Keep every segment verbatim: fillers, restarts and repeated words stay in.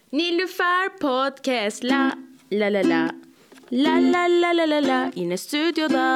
Nilüfer Podcast la la la la la la la la la la yine stüdyoda.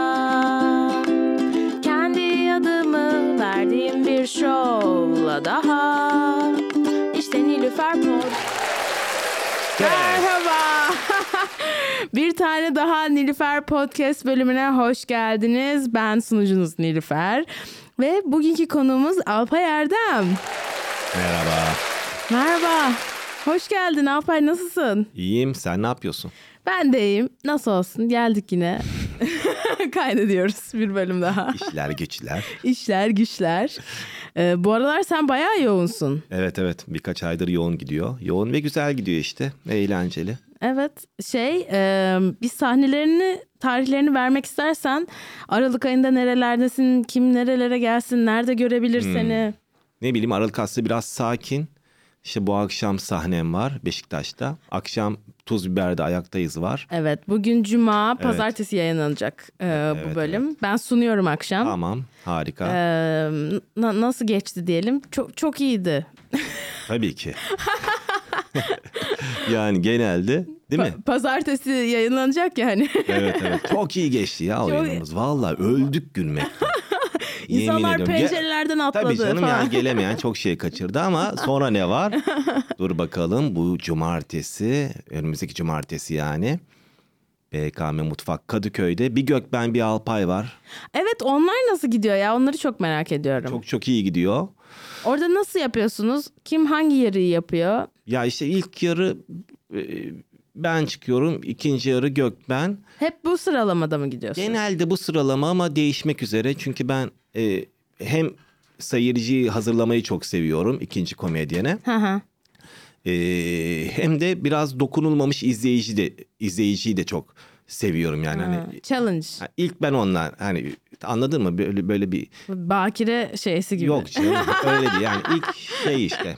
Kendi adımı verdiğim bir şovla daha. İşte Nilüfer Podcast. Merhaba. Bir tane daha Nilüfer Podcast bölümüne hoş geldiniz. Ben sunucunuz Nilüfer. Ve bugünkü konuğumuz Alpay Erdem. Merhaba. Merhaba. Hoş geldin Alpay, nasılsın? İyiyim, sen ne yapıyorsun? Ben de iyiyim. Nasıl olsun? Geldik yine. Kaydediyoruz bir bölüm daha. İşler güçler. İşler güçler. Ee, bu aralar sen bayağı yoğunsun. Evet evet, birkaç aydır yoğun gidiyor. Yoğun ve güzel gidiyor işte. Eğlenceli. Evet, şey e, bir sahnelerini, tarihlerini vermek istersen Aralık ayında nerelerdesin, kim nerelere gelsin, nerede görebilir hmm. seni? Ne bileyim, Aralık aslı biraz sakin. İşte bu akşam sahnem var Beşiktaş'ta. Akşam Tuz Biber'de Ayaktayız var. Evet, bugün Cuma, Pazartesi evet. yayınlanacak e, evet, bu bölüm. Evet. Ben sunuyorum akşam. Tamam, harika. E, na- nasıl geçti diyelim? Çok çok iyiydi. Tabii ki. Yani genelde değil mi? Pa- Pazartesi yayınlanacak yani. Evet evet. Çok iyi geçti ya oyunumuz. Vallahi öldük gülmekten. İnsanlar pencerelerden atladı. Tabii canım falan. yani gelemeyen çok şey kaçırdı ama sonra ne var? Dur bakalım, bu cumartesi, önümüzdeki cumartesi yani. B K M Mutfak Kadıköy'de bir Gökben bir Alpay var. Evet, onlar nasıl gidiyor ya? Onları çok merak ediyorum. Çok çok iyi gidiyor. Orada nasıl yapıyorsunuz? Kim hangi yarıyı yapıyor? Ya işte ilk yarı ben çıkıyorum, ikinci yarı Gökben. Hep bu sıralamada mı gidiyorsunuz? Genelde bu sıralama ama değişmek üzere. Çünkü ben e, hem seyirciyi hazırlamayı çok seviyorum ikinci komedyene. Hı hı. E, hem de biraz dokunulmamış izleyici de izleyiciyi de çok seviyorum yani. Ha, hani challenge. İlk ben onlar, hani anladın mı, böyle böyle bir bakire şeysi gibi. Yok canım, öyle değil yani, ilk şey işte.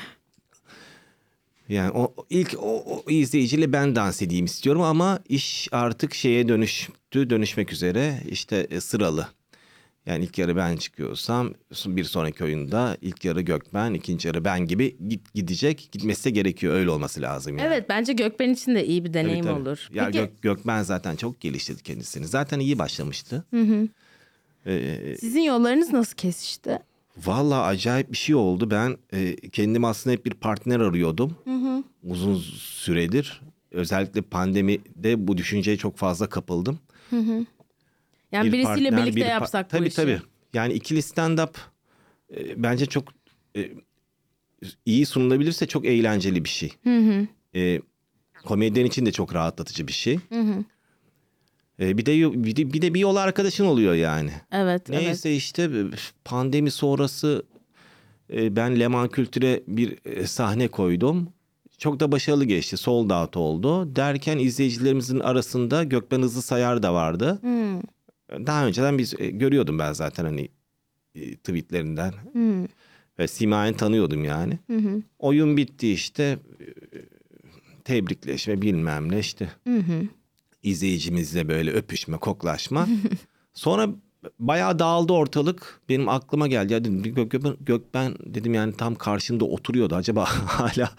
Yani o ilk o, o izleyiciyle ben dans edeyim istiyorum ama iş artık şeye dönüştü, dönüşmek üzere işte sıralı. Yani ilk yarı ben çıkıyorsam bir sonraki oyunda ilk yarı Gökben, ikinci yarı ben gibi git, gidecek. Gitmesi de gerekiyor, öyle olması lazım yani. Evet, bence Gökben için de iyi bir deneyim tabii, tabii. olur. Ya Peki... Gök, Gökben zaten çok geliştirdi kendisini. Zaten iyi başlamıştı. Hı hı. Ee, Sizin yollarınız nasıl kesişti? Vallahi acayip bir şey oldu. Ben e, kendim aslında hep bir partner arıyordum. Hı hı. Uzun süredir. Özellikle pandemide bu düşünceye çok fazla kapıldım. Hı hı. Yani bir birisiyle partner, birlikte bir yapsak pa- tabii, bu işi. Tabii tabii. Yani ikili stand-up e, bence çok e, iyi sunulabilirse çok eğlenceli bir şey. Hı hı. E, komedyen için de çok rahatlatıcı bir şey. Hı hı. E, bir de bir de bir de bir yol arkadaşın oluyor yani. Evet. Neyse evet. işte pandemi sonrası e, ben Leman Kültür'e bir e, sahne koydum. Çok da başarılı geçti. Sold out oldu. Derken izleyicilerimizin arasında Gökben Hızlısayar da vardı. Hmm. Daha önceden biz e, görüyordum ben zaten hani e, tweetlerinden. Hmm. Ve Simay'ı tanıyordum yani. Hı hı. Oyun bitti işte. E, tebrikleşme bilmem ne işte. Hı hı. İzleyicimizle böyle öpüşme, koklaşma. Sonra bayağı dağıldı ortalık. Benim aklıma geldi. Ya dedim, Gök, Gök, Gökben dedim yani tam karşımda oturuyordu. Acaba hala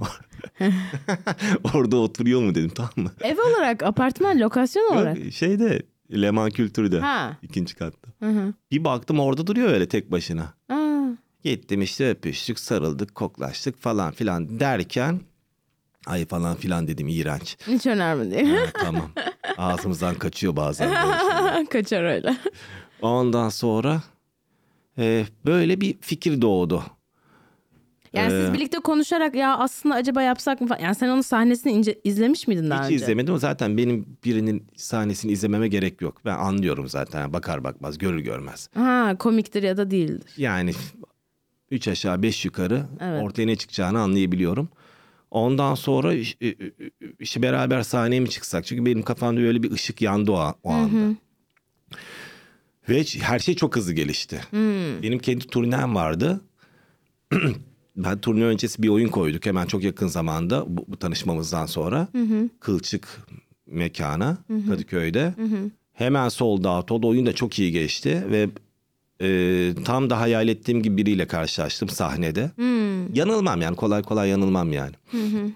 orada oturuyor mu dedim, tamam mı? Ev olarak, apartman, lokasyon olarak. Yok, şeyde Leman Kültür'de. Ha. ikinci katta. Hı hı. Bir baktım orada duruyor öyle tek başına. Aa. Gittim işte, öpüştük, sarıldık, koklaştık falan filan derken ay falan filan dedim, iğrenç. Hiç önemli değil. Ha, tamam. Ağzımızdan kaçıyor bazen böyle. Kaçar öyle. Ondan sonra e, böyle bir fikir doğdu. Yani ee, siz birlikte konuşarak ya aslında acaba yapsak mı falan. Yani sen onun sahnesini ince, izlemiş miydin daha hiç önce? Hiç izlemedim. Zaten benim birinin sahnesini izlememe gerek yok. Ben anlıyorum zaten. Bakar bakmaz, görür görmez. Ha, komiktir ya da değildir. Yani üç aşağı beş yukarı evet. ortaya ne çıkacağını anlayabiliyorum. Ondan sonra işte beraber sahneye mi çıksak? Çünkü benim kafamda böyle bir ışık yandı o, o anda. Hı hı. Ve her şey çok hızlı gelişti. Hmm. Benim kendi turnem vardı. Ben turne öncesi bir oyun koyduk hemen çok yakın zamanda bu, bu tanışmamızdan sonra. Hı hı. Kılçık mekana, hı hı. Kadıköy'de. Hı hı. Hemen sold out oldu. Oyun da çok iyi geçti ve e, tam da hayal ettiğim gibi biriyle karşılaştım sahnede. Hmm. Yanılmam yani, kolay kolay yanılmam yani. Hı hı.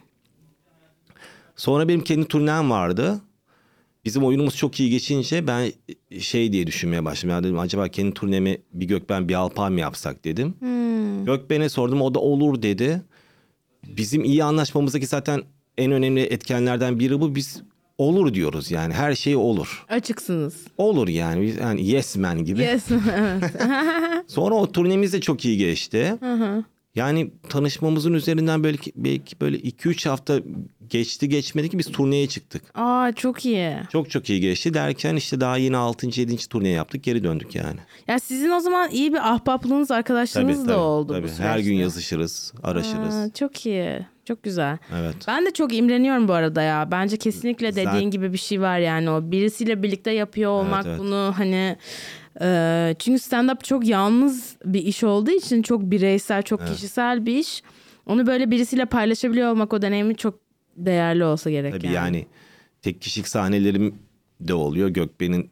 Sonra benim kendi turnem vardı. Bizim oyunumuz çok iyi geçince ben şey diye düşünmeye başladım. Ya dedim, acaba kendi turnemi bir Gökben bir Alpay mı yapsak dedim. Hmm. Gökben'e sordum, o da olur dedi. Bizim iyi anlaşmamızdaki zaten en önemli etkenlerden biri bu. Biz olur diyoruz yani, her şey olur. Açıksınız. Olur yani, yani yes man gibi. Yes man, evet. Sonra o turnemiz de çok iyi geçti. Hı hı. Yani tanışmamızın üzerinden belki, belki böyle iki üç hafta geçti geçmedi ki biz turneye çıktık. Aa, çok iyi. Çok çok iyi geçti derken işte daha yine altıncı yedinci turneye yaptık, geri döndük yani. Ya sizin o zaman iyi bir ahbaplığınız, arkadaşlığınız tabii, da tabii, oldu tabii. bu süreçte. Her gün yazışırız, araşırız. Aa, çok iyi. Çok güzel. Evet. Ben de çok imreniyorum bu arada ya. Bence kesinlikle dediğin Zaten... gibi bir şey var yani, o birisiyle birlikte yapıyor olmak, evet, evet. bunu hani e, çünkü stand-up çok yalnız bir iş olduğu için, çok bireysel, çok evet. kişisel bir iş. Onu böyle birisiyle paylaşabiliyor olmak, o deneyimi çok değerli olsa gerek. Tabii yani. yani tek kişilik sahnelerim de oluyor. Gökben'in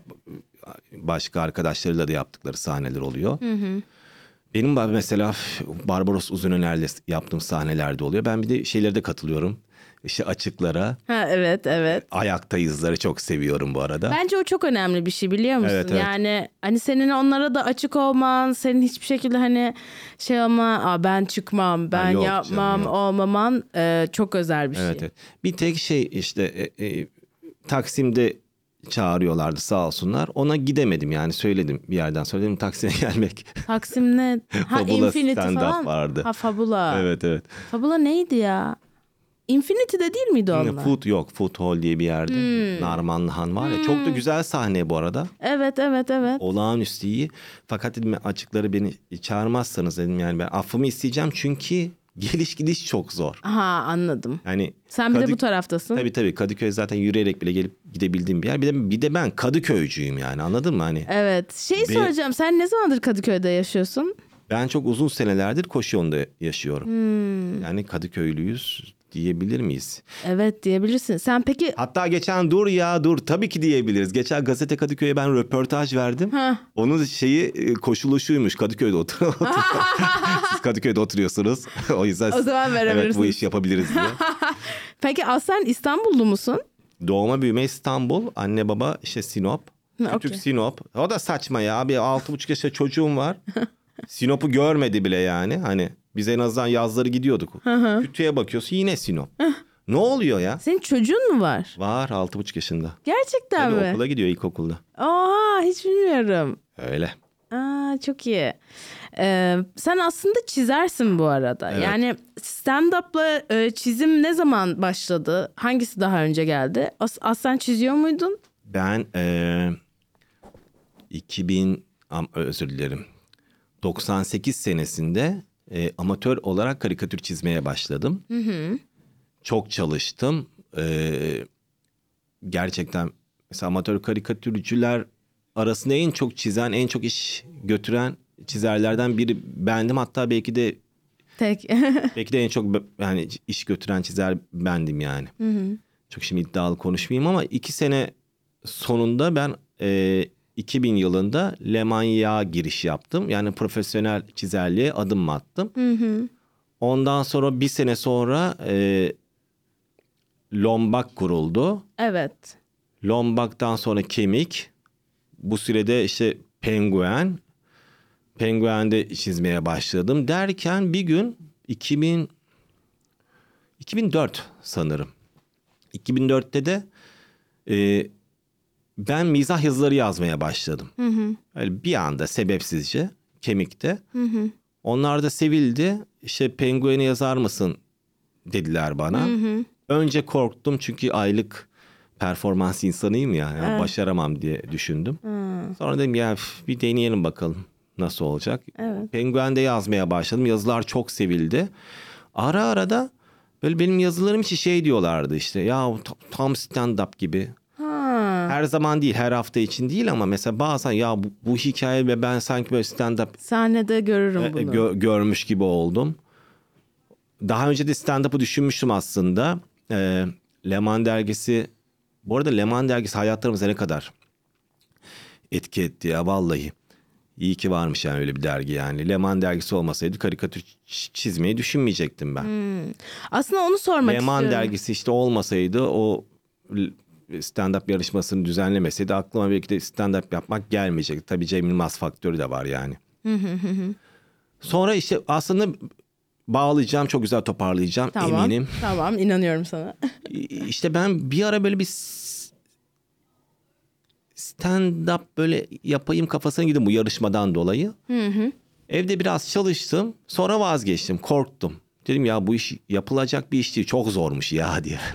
başka arkadaşlarıyla da yaptıkları sahneler oluyor. Hı hı. Benim mesela Barbaros Uzunöner'le yaptığım sahnelerde oluyor. Ben bir de şeylere de katılıyorum. İşte açıklara. Ha, evet evet. Ayaktayızları çok seviyorum bu arada. Bence o çok önemli bir şey, biliyor musun? Evet, evet. Yani hani senin onlara da açık olman, senin hiçbir şekilde hani şey olma, Aa, ben çıkmam, ben ha, yok, yapmam canım, olmaman e, çok özel bir evet, şey. Evet. Bir tek şey işte e, e, Taksim'de çağırıyorlardı sağ olsunlar. Ona gidemedim yani, söyledim bir yerden sonra, dedim Taksim'e gelmek. Taksim'de ha, Fabula Infinity falan vardı. Ha, Fabula. Evet evet. Fabula neydi ya? Infinity'de değil miydi onlar? Food yok. Food Hall diye bir yerde. Hmm. Narmanlı Han var ya. Hmm. Çok da güzel sahne bu arada. Evet evet evet. Olağanüstü iyi. Fakat dedim, açıkları beni çağırmazsanız dedim yani, ben affımı isteyeceğim çünkü geliş gidiş çok zor. Aha, anladım. Yani sen bir Kadık... de bu taraftasın. Tabii tabii, Kadıköy zaten yürüyerek bile gelip gidebildiğim bir yer. Bir de bir de ben Kadıköycüyüm yani, anladın mı hani? Evet. Şey Be... soracağım. Sen ne zamandır Kadıköy'de yaşıyorsun? Ben çok uzun senelerdir Koşuyolu'nda yaşıyorum. Hmm. Yani Kadıköylüyüz diyebilir miyiz? Evet, diyebilirsin. Sen peki... Hatta geçen dur ya dur tabii ki diyebiliriz. Geçen Gazete Kadıköy'e ben röportaj verdim. Heh. Onun şeyi koşulu şuymuş: Kadıköy'de otur. Siz Kadıköy'de oturuyorsunuz. O yüzden o zaman evet, bu işi yapabiliriz diye. Peki aslen İstanbullu musun? Doğma büyüme İstanbul. Anne baba işte Sinop. Kütük okay. Sinop. O da saçma ya. Bir altı buçuk yaşında çocuğum var. Sinop'u görmedi bile yani. Hani biz en azından yazları gidiyorduk. Kütüğe bakıyorsun, yine Sinop. Ne oluyor ya? Senin çocuğun mu var? Var, altı buçuk yaşında. Gerçekten Tabii mi? Okula gidiyor, ilkokulda. Oha, hiç bilmiyorum. Öyle. Aa, çok iyi. Ee, sen aslında çizersin bu arada. Evet. Yani stand-up'la e, çizim ne zaman başladı? Hangisi daha önce geldi? As- aslen çiziyor muydun? Ben e, iki bin özür dilerim. doksan sekiz senesinde e, amatör olarak karikatür çizmeye başladım. Hı hı. Çok çalıştım. E, gerçekten mesela amatör karikatürcüler arasında en çok çizen, en çok iş götüren çizerlerden biri bendim. Hatta belki de tek belki de en çok yani iş götüren çizer bendim yani. Hı hı. Çok şimdi iddialı konuşmayayım ama iki sene sonunda ben e, iki bin yılında Le Many'a giriş yaptım. Yani profesyonel çizerliğe adım attım. Hı hı. Ondan sonra bir sene sonra e, Lombak kuruldu. Evet. Lombak'tan sonra Kemik. Bu sürede işte Penguen. Penguen'de çizmeye başladım. Derken bir gün iki bin, iki bin dört sanırım. iki bin dörtte de e, ben mizah yazıları yazmaya başladım. Hı hı. Öyle bir anda sebepsizce Kemik'te. Hı hı. Onlar da sevildi. İşte Penguen'i yazar mısın dediler bana. Hı hı. Önce korktum çünkü aylık performans insanıyım ya. Yani evet. Başaramam diye düşündüm. Hı. Sonra dedim ya bir deneyelim bakalım nasıl olacak. Evet. Penguen'de yazmaya başladım. Yazılar çok sevildi. Ara ara da böyle benim yazılarım için şey diyorlardı işte. Ya tam stand-up gibi. Ha. Her zaman değil, her hafta için değil ama mesela bazen ya bu, bu hikaye ve ben sanki böyle stand-up sahnede görürüm bunu. Gö- görmüş gibi oldum. Daha önce de stand-up'ı düşünmüştüm aslında. Ee, Leman dergisi, bu arada Leman dergisi hayatlarımıza ne kadar etki etti ya vallahi. İyi ki varmış yani öyle bir dergi yani. Leman dergisi olmasaydı karikatür çizmeyi düşünmeyecektim ben. Hmm. Aslında onu sormak Leman istiyorum. dergisi işte olmasaydı, o stand-up yarışmasını düzenlemeseydi aklıma belki de stand-up yapmak gelmeyecekti. Tabii Cem Yılmaz faktörü de var yani. Sonra işte aslında bağlayacağım, çok güzel toparlayacağım, tamam, eminim. Tamam, inanıyorum sana. İşte ben bir ara böyle bir stand-up böyle yapayım kafasına girdim bu yarışmadan dolayı. Hı hı. Evde biraz çalıştım, sonra vazgeçtim, korktum. Dedim ya bu iş yapılacak bir iş değil, çok zormuş ya diye.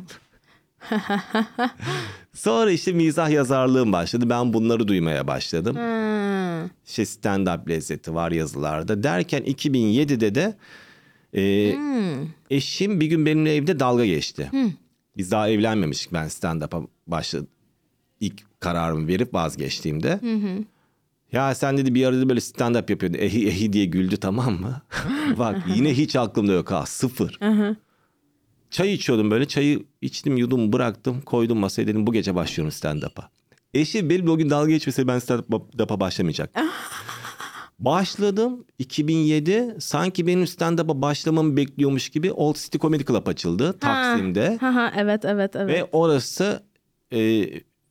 Sonra işte mizah yazarlığım başladı. Ben bunları duymaya başladım. Hmm. İşte stand-up lezzeti var yazılarda. Derken iki bin yedide de e, hmm. eşim bir gün benimle evde dalga geçti. Hmm. Biz daha evlenmemiştik, ben stand-up'a başladım. İlk kararımı verip vazgeçtiğimde. Hı hı. Ya sen dedi bir arada böyle stand-up yapıyordun. Ehi ehi diye güldü, tamam mı? Bak yine hiç aklımda yok ha, sıfır. Hı hı. Çay içiyordum böyle. Çayı içtim, yudum, bıraktım. Koydum masaya, dedim bu gece başlıyorum stand-up'a. Eşim benim o gün dalga geçmese ben stand-up'a başlamayacaktım. Başladım. iki bin yedi sanki benim stand-up'a başlamamı bekliyormuş gibi Old City Comedy Club açıldı. Taksim'de. Ha, ha, evet evet evet. Ve orası e,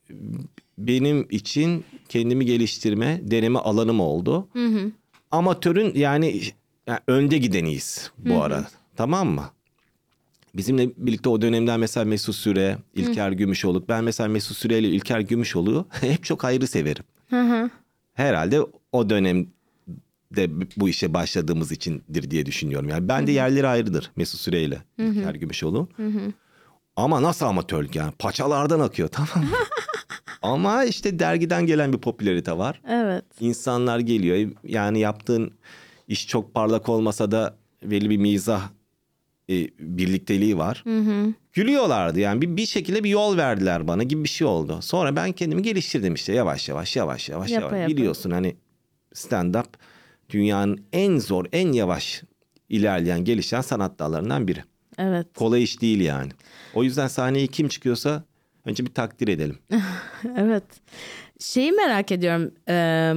benim için kendimi geliştirme, deneme alanım oldu. Hı hı. Amatörün yani, yani önde gideniyiz bu hı hı. ara. Tamam mı? Bizimle birlikte o dönemden mesela Mesut Süre, İlker hı. Gümüşoluk. Ben mesela Mesut Süre ile İlker Gümüşoluk'u hep çok ayrı severim. Hı hı. Herhalde o dönemde bu işe başladığımız içindir diye düşünüyorum. Yani ben de yerleri ayrıdır Mesut Süre ile İlker Gümüşoluk'un. Ama nasıl amatörlük yani? Paçalardan akıyor, tamam mı? Ama işte dergiden gelen bir popülarite var. Evet. İnsanlar geliyor. Yani yaptığın iş çok parlak olmasa da belli bir mizah e, birlikteliği var. Hı hı. Gülüyorlardı yani bir, bir şekilde bir yol verdiler bana gibi bir şey oldu. Sonra ben kendimi geliştirdim işte yavaş yavaş yavaş yavaş yapa yavaş. Yapa. Biliyorsun hani stand-up dünyanın en zor, en yavaş ilerleyen, gelişen sanat dallarından biri. Evet. Kolay iş değil yani. O yüzden sahneye kim çıkıyorsa önce bir takdir edelim. Evet. Şeyi merak ediyorum. Ee,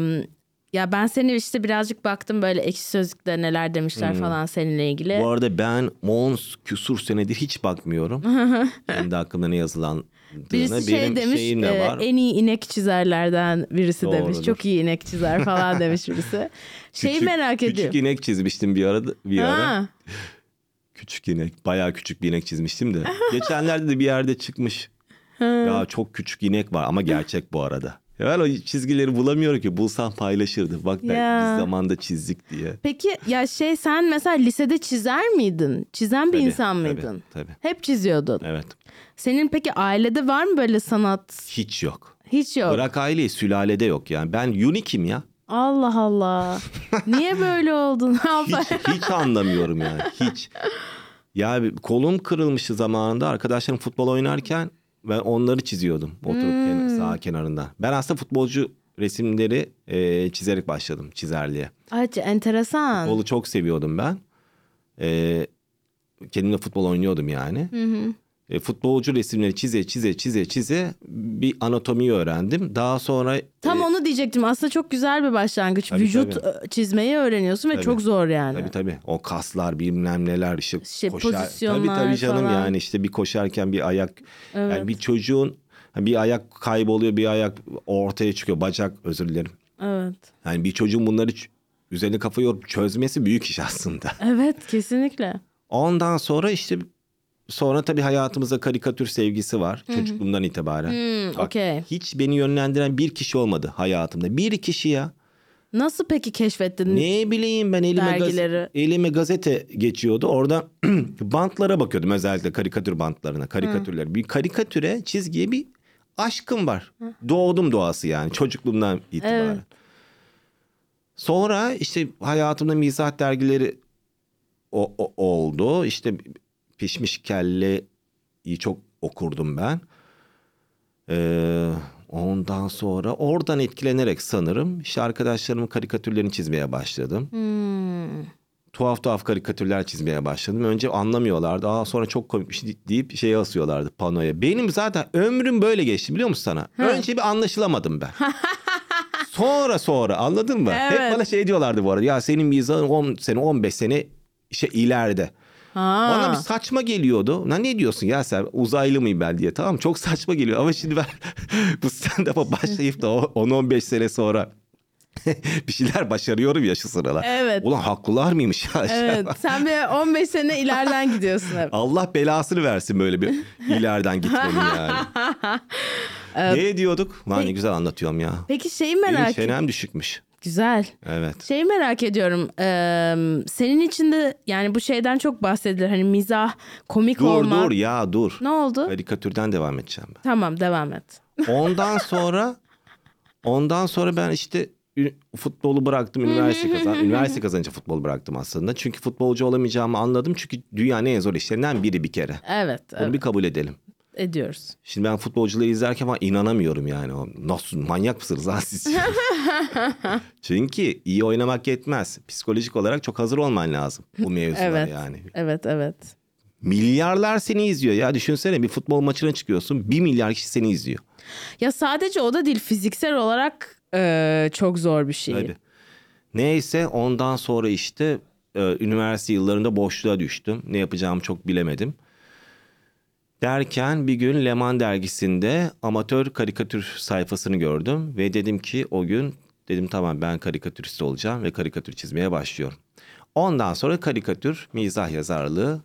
ya ben seni işte birazcık baktım böyle Ekşi Sözlük'te neler demişler hmm. falan seninle ilgili. Bu arada ben on küsur senedir hiç bakmıyorum. Kendi hakkında ne yazılandığına. Birisi şey benim demiş, şeyim de var. En iyi inek çizerlerden birisi Doğrudur. Demiş. Çok iyi inek çizer falan demiş birisi. Şeyi küçük, merak ediyorum. Küçük inek çizmiştim bir ara. Bir ara. Küçük inek. Bayağı küçük bir inek çizmiştim de. Geçenlerde de bir yerde çıkmış. Ya çok küçük inek var ama gerçek bu arada. Ya ben o çizgileri bulamıyorum ki. Bulsam paylaşırdım. Bak ben ya. Biz zamanda çizdik diye. Peki ya şey sen mesela lisede çizer miydin? Çizen bir tabii, insan mıydın? Tabii, tabii. Hep çiziyordun. Evet. Senin peki ailede var mı böyle sanat? Hiç yok. Hiç yok. Bırak aileyi, sülalede yok yani. Ben unikim ya. Allah Allah. Niye böyle oldun? hiç, hiç anlamıyorum yani. Hiç. Ya kolum kırılmıştı zamanında. Arkadaşlarım futbol oynarken ben onları çiziyordum. Oturup hmm. sağ kenarında. Ben aslında futbolcu resimleri e, çizerek başladım çizerliğe. Ay enteresan. Futbolu çok seviyordum ben. E, kendimle futbol oynuyordum yani. Hı hı. E, futbolcu resimleri çize çize çize çize bir anatomiyi öğrendim. Daha sonra... Tam e, onu diyecektim. Aslında çok güzel bir başlangıç. Tabii, Vücut tabii. çizmeyi öğreniyorsun ve tabii. çok zor yani. Tabii tabii. O kaslar bilmem neler işte şey, koşar. Pozisyonlar tabii tabii canım falan. Yani işte bir koşarken bir ayak. Evet. Yani bir çocuğun bir ayak kayboluyor, bir ayak ortaya çıkıyor. Bacak, özür dilerim. Evet. Yani bir çocuğun bunları üzerine kafa yorup çözmesi büyük iş aslında. Evet, kesinlikle. Ondan sonra işte... Sonra tabii hayatımızda karikatür sevgisi var. Hı-hı. Çocukluğumdan itibaren. Hmm, Bak, okay. hiç beni yönlendiren bir kişi olmadı hayatımda. Bir kişi ya. Nasıl peki keşfettin? Ne bileyim ben elime, gaz- elime gazete geçiyordu. Orada bantlara bakıyordum, özellikle karikatür bantlarına, karikatürler. Hı. Bir karikatüre, çizgiye bir aşkım var. Hı. Doğdum doğası yani çocukluğumdan itibaren. Evet. Sonra işte hayatımda mizah dergileri o, o, oldu. İşte Pişmiş Kelle'yi çok okurdum ben. Ee, ondan sonra oradan etkilenerek sanırım işte arkadaşlarımın karikatürlerini çizmeye başladım. Hmm. Tuhaf tuhaf karikatürler çizmeye başladım. Önce anlamıyorlardı. Aa, sonra çok komikmiş deyip şeye asıyorlardı panoya. Benim zaten ömrüm böyle geçti, biliyor musun sana? Hı. Önce bir anlaşılamadım ben. Sonra sonra anladın mı? Evet. Hep bana şey diyorlardı bu arada. Ya senin mizahın on sene on beş sene işte ileride. Ha. Bana bir saçma geliyordu. Lan ne diyorsun ya sen, uzaylı mıyım ben diye. Tamam, çok saçma geliyor ama şimdi ben bu stand-up'a başlayıp da on on beş sene sonra bir şeyler başarıyorum ya şu sıralar. Evet. Ulan haklılar mıymış ya? Evet, sen bir on beş sene ileriden gidiyorsun hep. Allah belasını versin böyle bir ileriden gitmenin yani. Ne diyorduk? Lan ne güzel anlatıyorum ya. Peki şeyi merak Benim ediyorum. çenem düşükmüş. Güzel. Evet. Şeyi merak ediyorum. Ee, senin için de yani bu şeyden çok bahsedilir. Hani mizah, komik Dur olmak. dur ya dur. Ne oldu? Karikatürden devam edeceğim ben. Tamam, devam et. Ondan sonra ondan sonra ben işte futbolu bıraktım, üniversite kazandım. Üniversite kazanınca futbolu bıraktım aslında. Çünkü futbolcu olamayacağımı anladım. Çünkü dünyanın en zor işlerinden biri bir kere. Evet. Bunu evet. bir kabul edelim. Ediyoruz. Şimdi ben futbolcuları izlerken falan inanamıyorum yani. O nasıl, manyak mısınız lan siz? Çünkü iyi oynamak yetmez. Psikolojik olarak çok hazır olman lazım bu mevzulara Evet. yani. Evet, evet. Milyarlar seni izliyor ya, düşünsene bir futbol maçına çıkıyorsun, bir milyar kişi seni izliyor. Ya sadece o da değil, fiziksel olarak e, çok zor bir şey. Tabii. Neyse ondan sonra işte e, üniversite yıllarında boşluğa düştüm. Ne yapacağımı çok bilemedim. Derken bir gün Leman dergisinde amatör karikatür sayfasını gördüm. Ve dedim ki o gün dedim tamam ben karikatürist olacağım ve karikatür çizmeye başlıyorum. Ondan sonra karikatür, mizah yazarlığı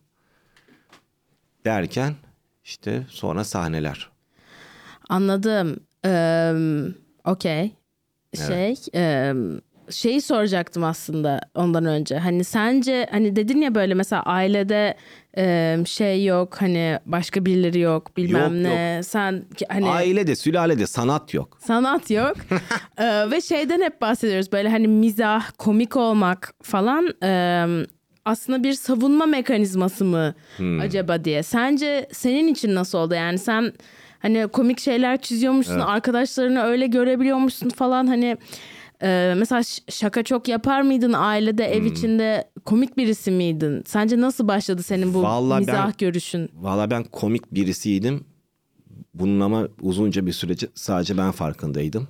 derken işte sonra sahneler. Anladım. Ee, Okey. Şey, e, şeyi soracaktım aslında ondan önce. Hani sence, hani dedin ya böyle mesela ailede e, şey yok, hani başka birileri yok, bilmem Yok, ne. yok. Sen hani Ailede, sülalede sanat yok. sanat yok. Ee, ve şeyden hep bahsediyoruz böyle hani mizah, komik olmak falan e, aslında bir savunma mekanizması mı Hmm. acaba diye. Sence senin için nasıl oldu? Yani sen hani komik şeyler çiziyormuşsun, Evet. arkadaşlarını öyle görebiliyormuşsun falan, hani e, mesela ş- şaka çok yapar mıydın ailede, ev içinde komik birisi miydin? Sence nasıl başladı senin bu Vallahi mizah ben- görüşün? Valla ben komik birisiydim. Bunun ama uzunca bir sürece sadece ben farkındaydım.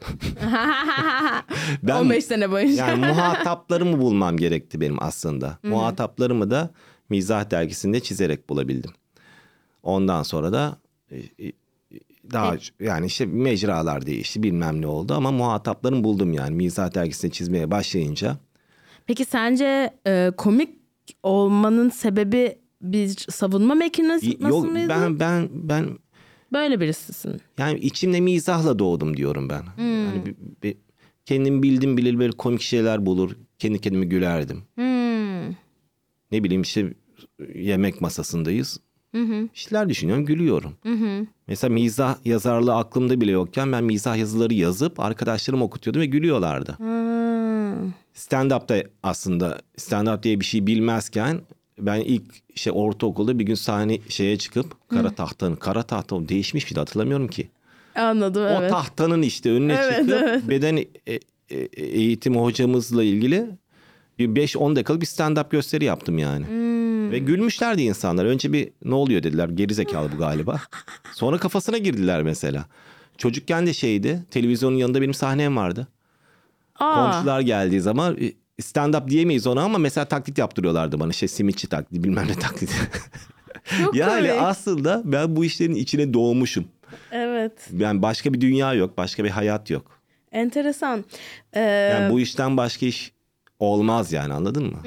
Ben- on beş sene boyunca. Yani muhataplarımı bulmam gerekti benim aslında. Muhataplarımı da Mizah dergisinde çizerek bulabildim. Ondan sonra da e, e, daha yani işte mecralar değişti, bilmem ne oldu ama muhataplarımı buldum yani. Mizah dergisinde çizmeye başlayınca. Peki sence e, komik olmanın sebebi bir savunma mekanizması Yok, mıydı? ben ben ben Böyle birisisin. yani içimde mizahla doğdum diyorum ben. Yani bir, bir, kendim bildim bileli böyle komik şeyler bulur. Kendi kendime gülerdim. Hmm. Ne bileyim işte yemek masasındayız. Bir şeyler düşünüyorum, gülüyorum. Mesela mizah yazarlığı aklımda bile yokken ben mizah yazıları yazıp arkadaşlarıma okutuyordum ve gülüyorlardı. Hmm. Stand-up'ta aslında stand-up diye bir şey bilmezken ben ilk işte ortaokulda bir gün sahne şeye çıkıp kara tahtanın, kara tahta o değişmiş bir de hatırlamıyorum ki. Anladım, O evet. tahtanın işte önüne Evet, çıkıp evet. beden e- e- eğitimi hocamızla ilgili bir beş on dakikalık bir stand-up gösteri yaptım yani. Hmm. Ve gülmüşlerdi insanlar. Önce bir ne oluyor dediler, gerizekalı bu galiba. Sonra kafasına girdiler mesela. Çocukken de şeydi, televizyonun yanında benim sahnem vardı. Aa, Komşular geldiği zaman stand-up diyemeyiz ona ama mesela taklit yaptırıyorlardı bana. Şey, simitçi taklidi, bilmem ne taklidi. çok Yani komik. aslında ben bu işlerin içine doğmuşum. Evet. Yani başka bir dünya yok, başka bir hayat yok. Enteresan. Ee, Yani bu işten başka iş olmaz yani, anladın mı?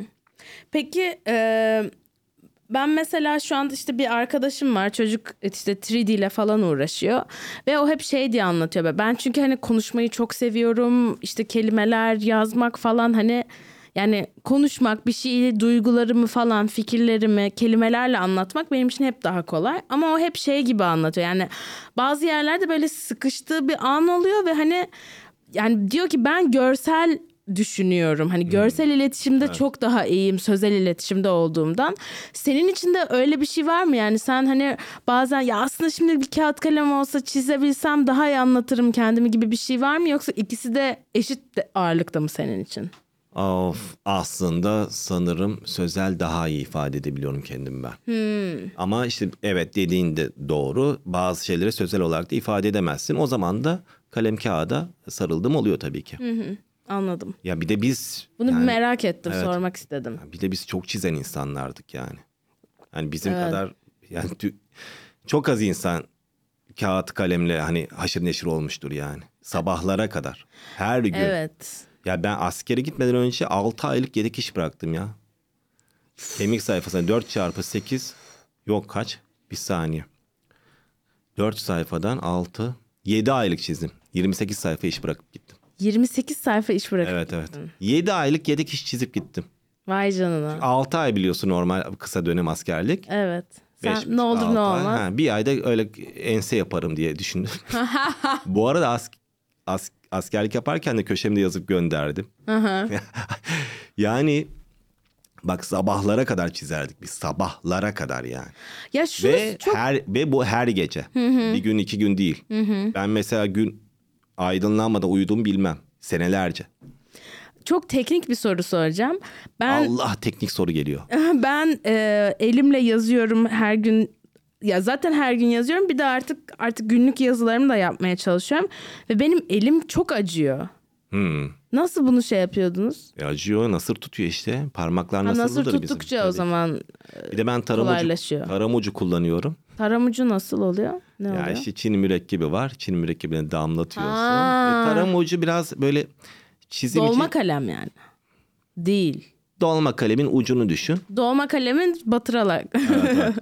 Peki e, ben mesela şu anda işte bir arkadaşım var, çocuk işte üç D ile falan uğraşıyor ve o hep şey diye anlatıyor. Böyle. Ben çünkü hani konuşmayı çok seviyorum, işte kelimeler yazmak falan, hani yani konuşmak, bir şeyi, duygularımı falan, fikirlerimi kelimelerle anlatmak benim için hep daha kolay. Ama o hep şey gibi anlatıyor, yani bazı yerlerde böyle sıkıştığı bir an oluyor ve hani yani diyor ki ben görsel düşünüyorum. Hani görsel iletişimde çok daha iyiyim sözel iletişimde olduğumdan. Senin için de öyle bir şey var mı? Yani sen hani bazen ya aslında şimdi bir kağıt kalem olsa çizebilsem daha iyi anlatırım kendimi gibi bir şey var mı? Yoksa ikisi de eşit de ağırlıkta mı senin için? Of, aslında sanırım sözel daha iyi ifade edebiliyorum kendimi ben. Ama işte evet, dediğin de doğru. Bazı şeyleri sözel olarak da ifade edemezsin. O zaman da kalem kağıda sarıldım oluyor tabii ki. Hı hı. Anladım. Ya bir de biz... Bunu yani, merak ettim, evet, sormak istedim. Bir de biz çok çizen insanlardık yani. Yani bizim Evet. kadar yani çok az insan kağıt kalemle hani haşır neşir olmuştur yani. Sabahlara kadar. Her gün. Evet. Ya ben askere gitmeden önce altı aylık yedek iş bıraktım ya. Kemik sayfasına dört çarpı sekiz yok kaç? Bir saniye. dört sayfadan altı yedi aylık çizdim. yirmi sekiz sayfa iş bırakıp gittim. yirmi sekiz sayfa iş bırakıp Evet evet. gittin. yedi aylık yedek iş çizip gittim. Vay canına. altı ay biliyorsun normal kısa dönem askerlik. Evet. Sen Beş, ne olur altı ne ay. olmaz. Ha, bir ayda öyle ense yaparım diye düşündüm. Bu arada as, as, askerlik yaparken de köşemde yazıp gönderdim. Yani bak sabahlara kadar çizerdik biz. Sabahlara kadar yani. Ya şunu Ve çok... her ve bu her gece. Bir gün iki gün değil. Ben mesela gün aydınlanmadan uyuduğumu bilmem. Senelerce. Çok teknik bir soru soracağım. Ben Allah teknik soru geliyor. ben e, elimle yazıyorum her gün. Ya zaten her gün yazıyorum. Bir de artık artık günlük yazılarımı da yapmaya çalışıyorum ve benim elim çok acıyor. Hmm. Nasıl bunu şey yapıyordunuz? E acıyor, nasır tutuyor işte. Parmaklar Ha, nasırlıdır nasıl bizim. tuttukça Tabii. o zaman Bir de ben taramucu, kolaylaşıyor. taramucu kullanıyorum. Taramucu nasıl oluyor? Ne Ya oluyor? işte Çin mürekkebi var. Çin mürekkebini damlatıyorsun. Ha. E, taramucu biraz böyle çizim Dolma için kalem yani. Değil. dolma kalemin ucunu düşün. Dolma kalemin batırarak. Evet, evet.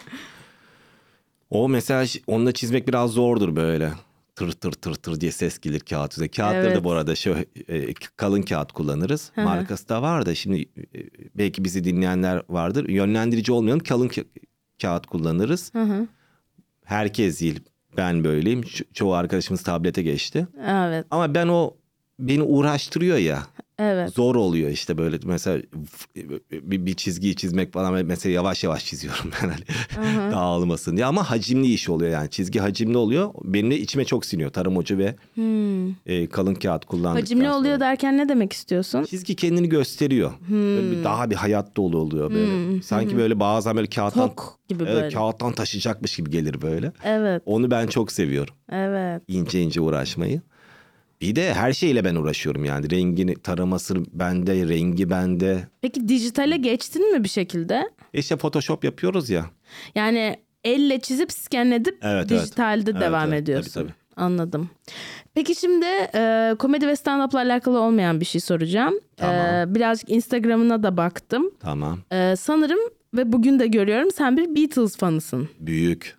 O mesela onunla çizmek biraz zordur böyle. Tır tır tır tır diye ses gelir kağıt üzerine. Kağıtları Evet. da bu arada şöyle e, kalın kağıt kullanırız. Hı hı. Markası da var da şimdi e, belki bizi dinleyenler vardır. Yönlendirici olmayalım, kalın ka- kağıt kullanırız. Hı hı. Herkes değil, ben böyleyim. Ço- çoğu arkadaşımız tablete geçti. Evet. Ama ben o beni uğraştırıyor ya. Evet. Zor oluyor işte böyle mesela bir, bir çizgiyi çizmek falan mesela yavaş yavaş çiziyorum ben hani dağılmasın diye ama hacimli iş oluyor yani çizgi hacimli oluyor benim de içime çok siniyor tarım ucu ve Hmm. e, kalın kağıt kullandıktan Hacimli sonra. oluyor derken ne demek istiyorsun? Çizgi kendini gösteriyor. Böyle bir, daha bir hayat dolu oluyor böyle. Sanki böyle bazen böyle kağıttan Tok gibi evet, böyle. kağıttan taşıyacakmış gibi gelir böyle. Evet. Onu ben çok seviyorum. Evet. İnce ince uğraşmayı. Bir de her şeyle ben uğraşıyorum yani. Rengini taraması bende, rengi bende. Peki dijitale geçtin mi bir şekilde? İşte Photoshop yapıyoruz ya. Yani elle çizip scan edip Evet, dijitalde evet. devam Evet, evet. ediyorsun. Tabii, tabii. Anladım. Peki şimdi e, komedi ve stand-up'la alakalı olmayan bir şey soracağım. Tamam. E, birazcık Instagram'ına da baktım. Tamam. E, sanırım ve bugün de görüyorum sen bir Beatles fanısın. Büyük.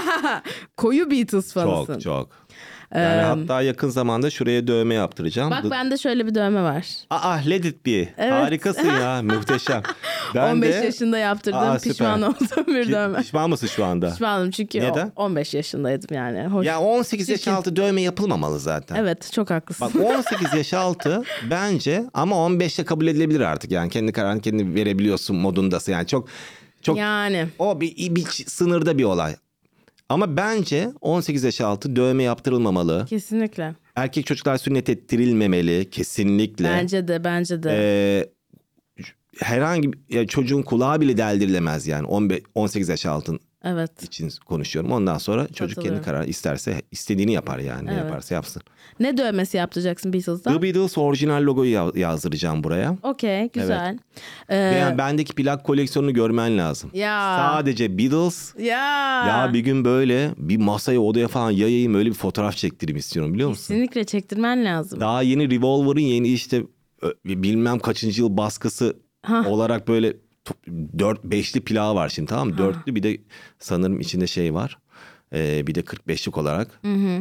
Koyu Beatles fanısın. Çok çok. Yani hatta yakın zamanda şuraya dövme yaptıracağım. Bak The- bende şöyle bir dövme var. Aa let it be. Evet. Harikasın ya. Muhteşem. Ben on beş de... yaşında yaptırdığım Aa, süper. pişman olduğum bir Ki- dövme. Pişman mısın şu anda? Pişmanım çünkü Neden? o- on beş yaşındaydım yani. Hoş. Ya on sekiz yaş Çirkin. altı dövme yapılmamalı zaten. Evet çok haklısın. Bak on sekiz yaş altı bence ama on beşte kabul edilebilir artık yani kendi kararını kendi verebiliyorsun modundasın yani çok çok Yani. o bir, bir sınırda bir olay. Ama bence on sekiz yaş altı dövme yaptırılmamalı. Kesinlikle. Erkek çocuklar sünnet ettirilmemeli kesinlikle. Bence de bence de. Ee, herhangi bir ya çocuğun kulağı bile deldirilemez yani on beş on sekiz yaş altın Evet. için konuşuyorum. Ondan sonra çocuk kendi Katılıyorum. karar isterse istediğini yapar yani ne Evet. yaparsa yapsın. Ne dövmesi yaptıracaksın Beatles'da? The Beatles orijinal logoyu ya- yazdıracağım buraya. Okey güzel. Ee, Ve yani bendeki plak koleksiyonunu görmen lazım. Ya. Sadece Beatles. Ya. Ya bir gün böyle bir masaya odaya falan yayayım öyle bir fotoğraf çektireyim istiyorum biliyor musun? Kesinlikle çektirmen lazım. Daha yeni Revolver'ın yeni işte ö- bilmem kaçıncı yıl baskısı Hah. olarak böyle dört beşli plağı var şimdi tamam mı? Dörtlü bir de sanırım içinde şey var. Ee, bir de kırk beşlik olarak. Hı hı.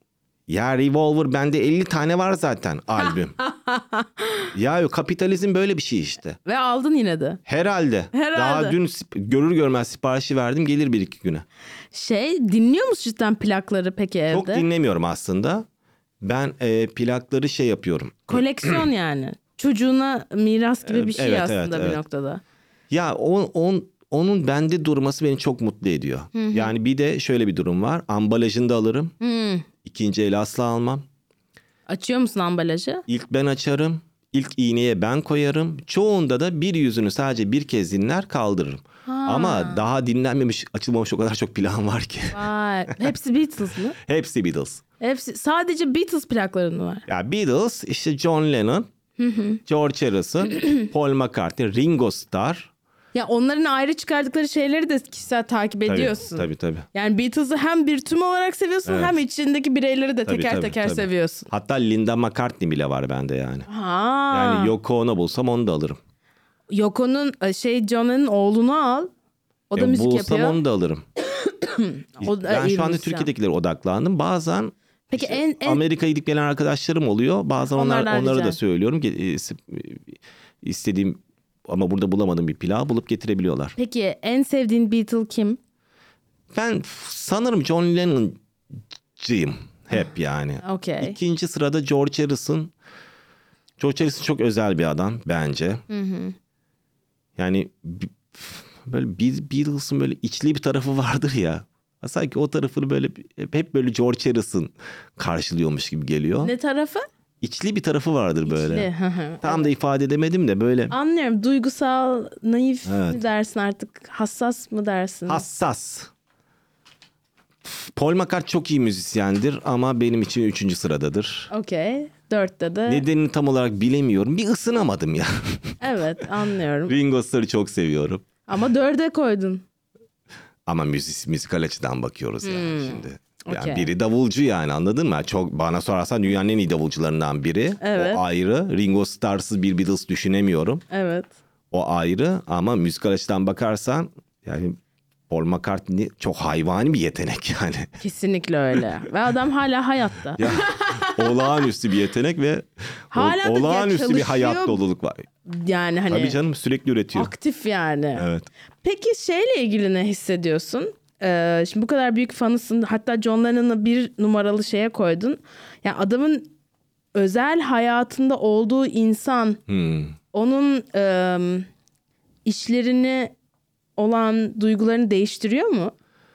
Ya Revolver bende elli tane var zaten albüm. Ya kapitalizm böyle bir şey işte. Ve aldın yine de. Herhalde. Herhalde. Daha dün sip- görür görmez siparişi verdim gelir bir iki güne. Şey dinliyor musun cidden plakları peki evde? Çok dinlemiyorum aslında. Ben e, plakları şey yapıyorum. Koleksiyon yani. Çocuğuna miras gibi bir şey Evet, aslında evet, bir evet. noktada. Ya on, on, onun bende durması beni çok mutlu ediyor. Yani bir de şöyle bir durum var. Ambalajını da alırım. Hmm. İkinci el asla almam. Açıyor musun ambalajı? İlk ben açarım. İlk iğneye ben koyarım. Çoğunda da bir yüzünü sadece bir kez dinler kaldırırım. Ha. Ama daha dinlenmemiş, açılmamış o kadar çok plan var ki. Vay. Hepsi Beatles mı? Hepsi Beatles. Hepsi sadece Beatles plakları mı var? Ya Beatles işte John Lennon, George Harrison, Paul McCartney, Ringo Starr. Ya onların ayrı çıkardıkları şeyleri de kişisel takip ediyorsun. Tabii tabii. Yani Beatles'ı hem bir tüm olarak seviyorsun Evet. hem içindeki bireyleri de Tabii, teker tabii, teker tabii. seviyorsun. Hatta Linda McCartney bile var bende yani. Ha. Yani Yoko Ono bulsam onu da alırım. Yoko'nun şey John'un oğlunu al. O da Ya müzik bulsam yapıyor. onu da alırım. O da Ben iyi şu anda müzisyen. Türkiye'dekilere odaklandım. Bazen Peki işte en, en Amerika'ya gidip gelen arkadaşlarım oluyor. Bazen onlar, Onlardan onlara rica. da söylüyorum. Ge- istediğim ama burada bulamadığım bir pilav bulup getirebiliyorlar. Peki en sevdiğin Beatle kim? Ben sanırım John Lennon'cıyım hep yani. Okey. İkinci sırada George Harrison. George Harrison çok özel bir adam bence. Hı hı. Yani b- böyle bir Beatles'ın böyle içli bir tarafı vardır ya. Sanki o tarafını böyle hep böyle George Harrison karşılıyormuş gibi geliyor. Ne tarafı? İçli bir tarafı vardır böyle. İçli, hı hı. Tam da ifade edemedim de böyle Anlıyorum. Duygusal, naif Evet. mi dersin artık? Hassas mı dersin? hassas. Paul McCartney çok iyi müzisyendir ama benim için üçüncü sıradadır. Okey. Dörtte de. Nedenini tam olarak bilemiyorum. Bir ısınamadım ya. Evet, anlıyorum. Ringo Starr'ı çok seviyorum. Ama dörde koydun. Ama müzik, müzikal açıdan bakıyoruz yani şimdi. Yani okey. biri davulcu yani anladın mı? Çok bana sorarsan dünyanın en iyi davulcularından biri. Evet. O ayrı. Ringo Starr'sız bir Beatles düşünemiyorum. Evet. O ayrı ama müzikal açıdan bakarsan yani Paul McCartney çok hayvani bir yetenek yani. Kesinlikle öyle. Ve adam hala hayatta. Ya, olağanüstü bir yetenek ve Hala o- da olağanüstü bir çalışıyor. hayat doluluk var. Yani hani Tabii canım sürekli üretiyor. aktif yani. Evet. Peki şeyle ilgili ne hissediyorsun? Ee, şimdi bu kadar büyük fanısın. Hatta John Lennon'ı bir numaralı şeye koydun. Yani adamın özel hayatında olduğu insan Hmm. onun e, işlerini olan duygularını değiştiriyor mu?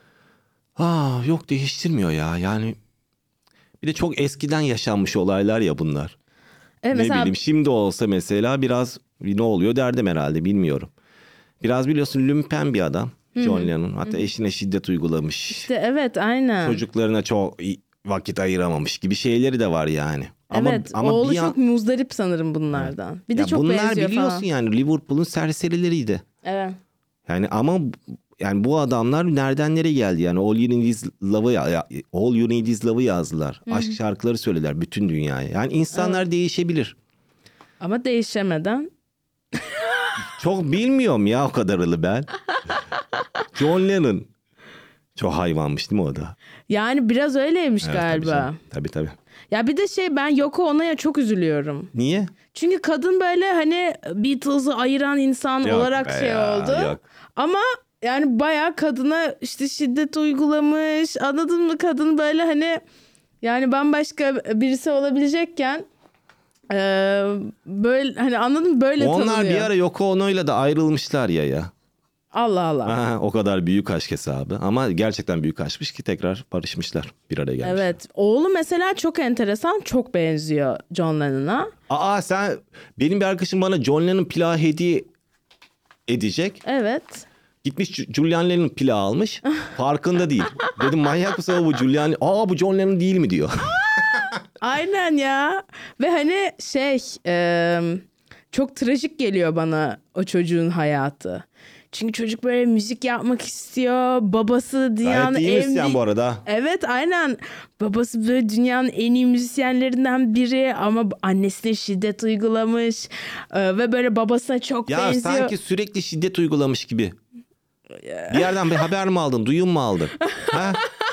Aa, yok değiştirmiyor ya yani. Bir de çok eskiden yaşanmış olaylar ya bunlar. Evet, Ne mesela bileyim şimdi olsa mesela biraz ne oluyor derdim herhalde bilmiyorum. Biraz biliyorsun lümpen bir adam John Lennon. Hatta eşine şiddet uygulamış. işte evet aynen. Çocuklarına çok iyi vakit ayıramamış gibi şeyleri de var yani. Evet oğlu bir an- çok muzdarip sanırım bunlardan. Bir de Ya çok bunlar benziyor biliyorsun falan. yani Liverpool'un serserileriydi. Evet. Yani ama yani bu adamlar nereden nereye geldi yani All You Need Is Love'ı ya- All You Need Is Love'ı yazdılar. Aşk şarkıları söylediler bütün dünyaya. Yani insanlar değişebilir. Ama değişemeden. Çok bilmiyorum ya o kadarını ben. John Lennon çok hayvanmış değil mi o da? Yani biraz öyleymiş Evet, galiba. Tabii, canım. tabii tabii. Ya bir de şey ben Yoko Ono'ya çok üzülüyorum. Niye? Çünkü kadın böyle hani Beatles'ı ayıran insan Yok olarak be şey ya, oldu. yok. Ama yani bayağı kadına işte şiddet uygulamış. Anladın mı? Kadın böyle hani yani bambaşka birisi olabilecekken e, böyle hani anladın mı? Böyle Onlar tanınıyor. bir ara Yoko Ono'yla da ayrılmışlar ya ya. Allah Allah. Ha, o kadar büyük aşk hesabı. Ama gerçekten büyük aşkmış ki tekrar barışmışlar. Bir araya gelmişler. Evet. Oğlu mesela çok enteresan. Çok benziyor John Lennon'a. Aa sen benim bir arkadaşım bana John Lennon plağı hediye edecek. Evet. Gitmiş Ju- Julian Lennon plağı almış. Farkında değil. Dedim manyak mısın bu Julian? Aa bu John Lennon değil mi diyor. Aynen ya. Ve hani şey e, çok trajik geliyor bana o çocuğun hayatı. Çünkü çocuk böyle müzik yapmak istiyor. Babası dünyanın Gayet iyi en müzisyen büyük- bu arada. Evet aynen. Babası böyle dünyanın en iyi müzisyenlerinden biri ama annesine şiddet uygulamış. Ee, ve böyle babasına çok Ya benziyor. sanki sürekli şiddet uygulamış gibi. Bir yerden bir haber mi aldın? Duyum mu aldın? Ha?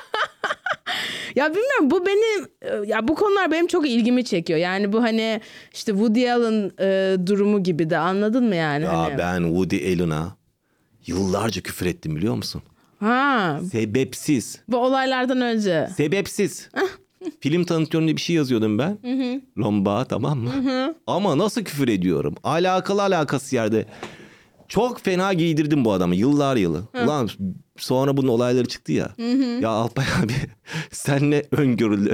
Ya bilmiyorum bu benim ya bu konular benim çok ilgimi çekiyor. Yani bu hani işte Woody Allen e, durumu gibi de anladın mı yani? Ya hani? ben Woody Allen'a yıllarca küfür ettim biliyor musun? Ha, Sebepsiz. bu olaylardan önce. Sebepsiz. Film tanıtıyorum diye bir şey yazıyordum ben. Lomba tamam mı? Ama nasıl küfür ediyorum? Alakalı alakası yerde. Çok fena giydirdim bu adamı yıllar yılı. Ulan sonra bunun olayları çıktı ya. Ya Alpay abi sen ne öngörülü.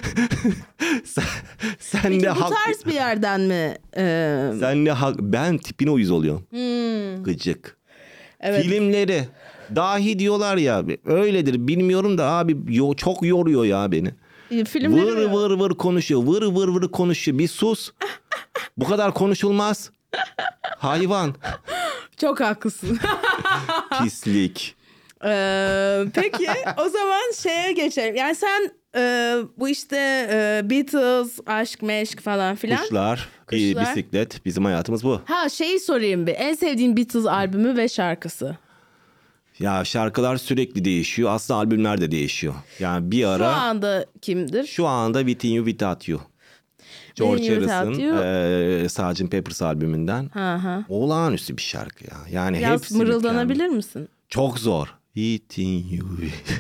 sen, sen Peki ne bu hak... tarz bir yerden mi? e, Sen ne hak... Ben tipine uyuz oluyorum. Gıcık. evet. Filmleri dahi diyorlar ya öyledir bilmiyorum da abi yo, çok yoruyor ya beni. Filmleri vır mi? vır vır konuşuyor. Vır vır vır konuşuyor. Bir sus. Bu kadar konuşulmaz. Hayvan. Çok haklısın. Pislik. Ee, peki o zaman şeye geçelim. Yani sen e, bu işte e, Beatles, aşk, meşk falan filan. Kuşlar, iyi Kuşlar. bisiklet. Bizim hayatımız bu. Ha şeyi sorayım bir. En sevdiğin Beatles albümü ve şarkısı. Ya şarkılar sürekli değişiyor. Aslında albümler de değişiyor. Yani bir Şu ara anda kimdir? şu anda Within You Without You. George You Without Harrison, You. e, sergeant Pepper's albümünden. Ha ha. Olağanüstü bir şarkı ya. Yani Biraz hepsi mırıldanabilir mükemmel. misin? Çok zor. Within You.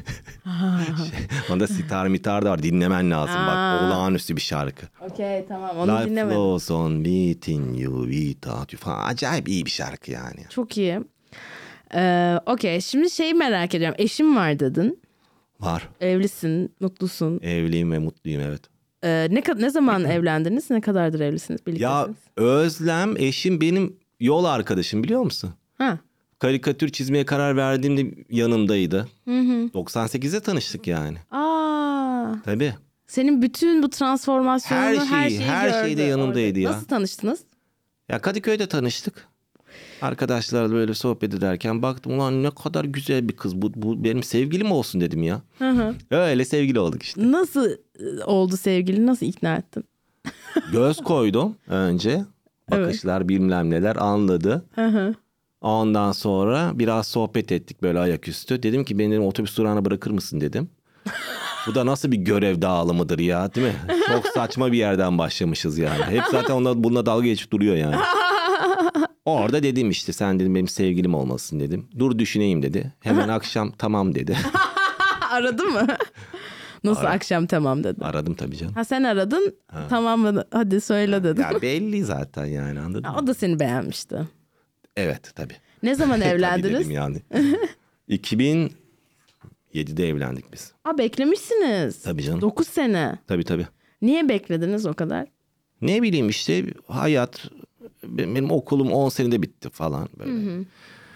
şey, onda sitar mitar da var. Dinlemen lazım. Bak Aa. olağanüstü bir şarkı. Okey tamam onu Life dinlemedim. flows on within you without you falan. Acayip iyi bir şarkı yani. Çok iyi. Ee, Okey şimdi şeyi merak ediyorum. Eşim var dedin. Var. Evlisin, mutlusun. Evliyim ve mutluyum evet. Ee, ne ne zaman evlendiniz? Ne kadardır evlisiniz? Birliktesiniz? Ya Özlem eşim benim yol arkadaşım biliyor musun? Ha. Karikatür çizmeye karar verdiğimde yanımdaydı. Hı hı. doksan sekizde tanıştık yani. Aa. Tabii. Senin bütün bu transformasyonunu Her her, şeyi, şeyi her gördü şeyde yanımdaydı orada. ya. Nasıl tanıştınız? Ya Kadıköy'de tanıştık. Arkadaşlarla böyle sohbet ederken baktım ulan ne kadar güzel bir kız bu, bu benim sevgilim olsun dedim ya. Hı hı. Öyle sevgili olduk işte. Nasıl e, oldu sevgili? Nasıl ikna ettin? Göz koydum önce. Bakışlar bilmem neler anladı. Hı hı. Ondan sonra biraz sohbet ettik böyle ayaküstü. Dedim ki beni dedim, otobüs durağına bırakır mısın dedim. Bu da nasıl bir görev dağılımıdır ya değil mi? Çok saçma bir yerden başlamışız yani. Hep zaten onunla, bununla dalga geçip duruyor yani. Orada dedim işte sen dedim benim sevgilim olmasın dedim. Dur düşüneyim dedi. Hemen akşam tamam dedi. Aradı mı? Nasıl Ara- akşam tamam dedi. Aradım tabii canım. Ha sen aradın. Tamam mı? Hadi söyle dedi. Ya belli zaten yani anladın mı? O da seni beğenmişti. Evet tabii. Ne zaman Tabii evlendiniz? dedim yani. iki bin yedide evlendik biz. Aa beklemişsiniz. Tabii canım. dokuz sene. Tabii tabii. Niye beklediniz o kadar? Ne bileyim işte hayat benim okulum on senede bitti falan böyle. Hı hı.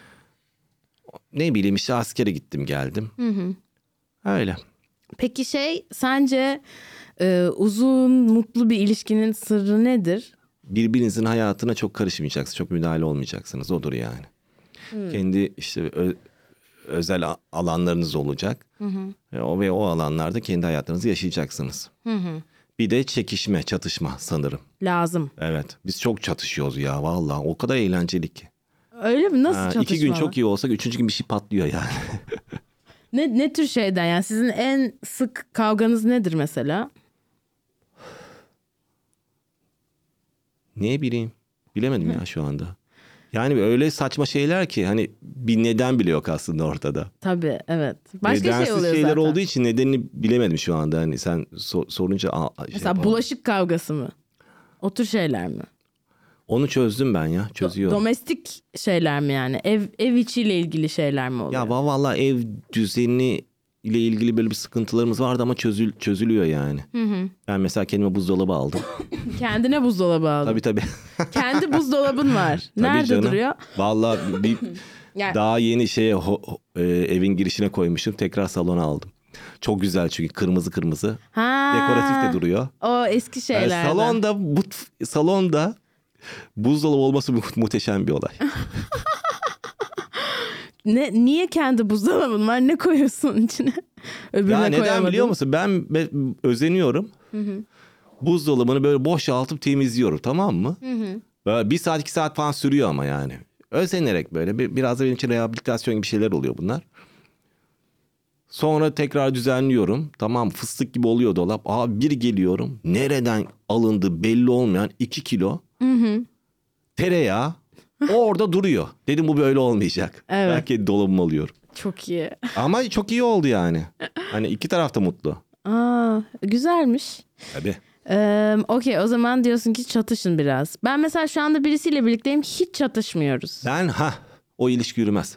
Ne bileyim işte askere gittim geldim. Hı hı. Öyle. Peki şey sence e, uzun mutlu bir ilişkinin sırrı nedir? Birbirinizin hayatına çok karışmayacaksınız. Çok müdahale olmayacaksınız. Odur yani. Hmm. Kendi işte ö- özel a- alanlarınız olacak. Hı hı. Ve, o, ve o alanlarda kendi hayatlarınızı yaşayacaksınız. Hı hı. Bir de çekişme, çatışma sanırım. Lazım. Evet. Biz çok çatışıyoruz ya vallahi. O kadar eğlenceli ki. Öyle mi? Nasıl Ha, çatışma? İki gün çok iyi olsak üçüncü gün bir şey patlıyor yani. ne, ne tür şeyden yani sizin en sık kavganız nedir mesela? Ne bileyim. Bilemedim ya şu anda. Yani öyle saçma şeyler ki hani bir neden bile yok aslında ortada. Tabii evet. Başka Nedensiz şey oluyor şeyler zaten. olduğu için nedenini bilemedim şu anda. Hani sen sor, sorunca a, şey Mesela yapalım. bulaşık kavgası mı? O tür şeyler mi? Onu çözdüm ben ya. Çözüyorum. Domestik şeyler mi yani? Ev ev içiyle ilgili şeyler mi oluyor? Ya vallahi ev düzeni ile ilgili böyle bir sıkıntılarımız vardı ama çözül, çözülüyor yani. Hı hı. Ben mesela kendime buzdolabı aldım. Kendine buzdolabı aldın. Tabii tabii. Kendi buzdolabın var. Tabii Nerede canım. duruyor? Vallahi bir Yani- daha yeni şeye ho- ho- e, evin girişine koymuşum. Tekrar salona aldım. Çok güzel çünkü kırmızı kırmızı. Ha, Dekoratif de duruyor. O eski Yani şeylerden. salonda mut- salonda buzdolabı olması mu- muhteşem bir olay. Ne, niye kendi buzdolabın var? Ne koyuyorsun onun içine? Öbürüne Ya neden koyamadın. biliyor musun? Ben, ben özeniyorum. Hı hı. Buzdolabını böyle boşaltıp temizliyorum, tamam mı? Hı hı. Böyle bir saat iki saat falan sürüyor ama yani. Özenerek böyle bir, biraz da benim için rehabilitasyon gibi şeyler oluyor bunlar. Sonra tekrar düzenliyorum. Tamam, fıstık gibi oluyor dolap. Aa, bir geliyorum. Nereden alındı belli olmayan iki kilo hı hı. tereyağı orada duruyor. Dedim bu böyle olmayacak. Evet. Belki dolabımı alıyorum. Çok iyi. Ama çok iyi oldu yani. Hani iki taraf da mutlu. Aa, güzelmiş. Tabii. Ee, Okey, o zaman diyorsun ki çatışın biraz. Ben mesela şu anda birisiyle birlikteyim, hiç çatışmıyoruz. Ben ha o ilişki yürümez.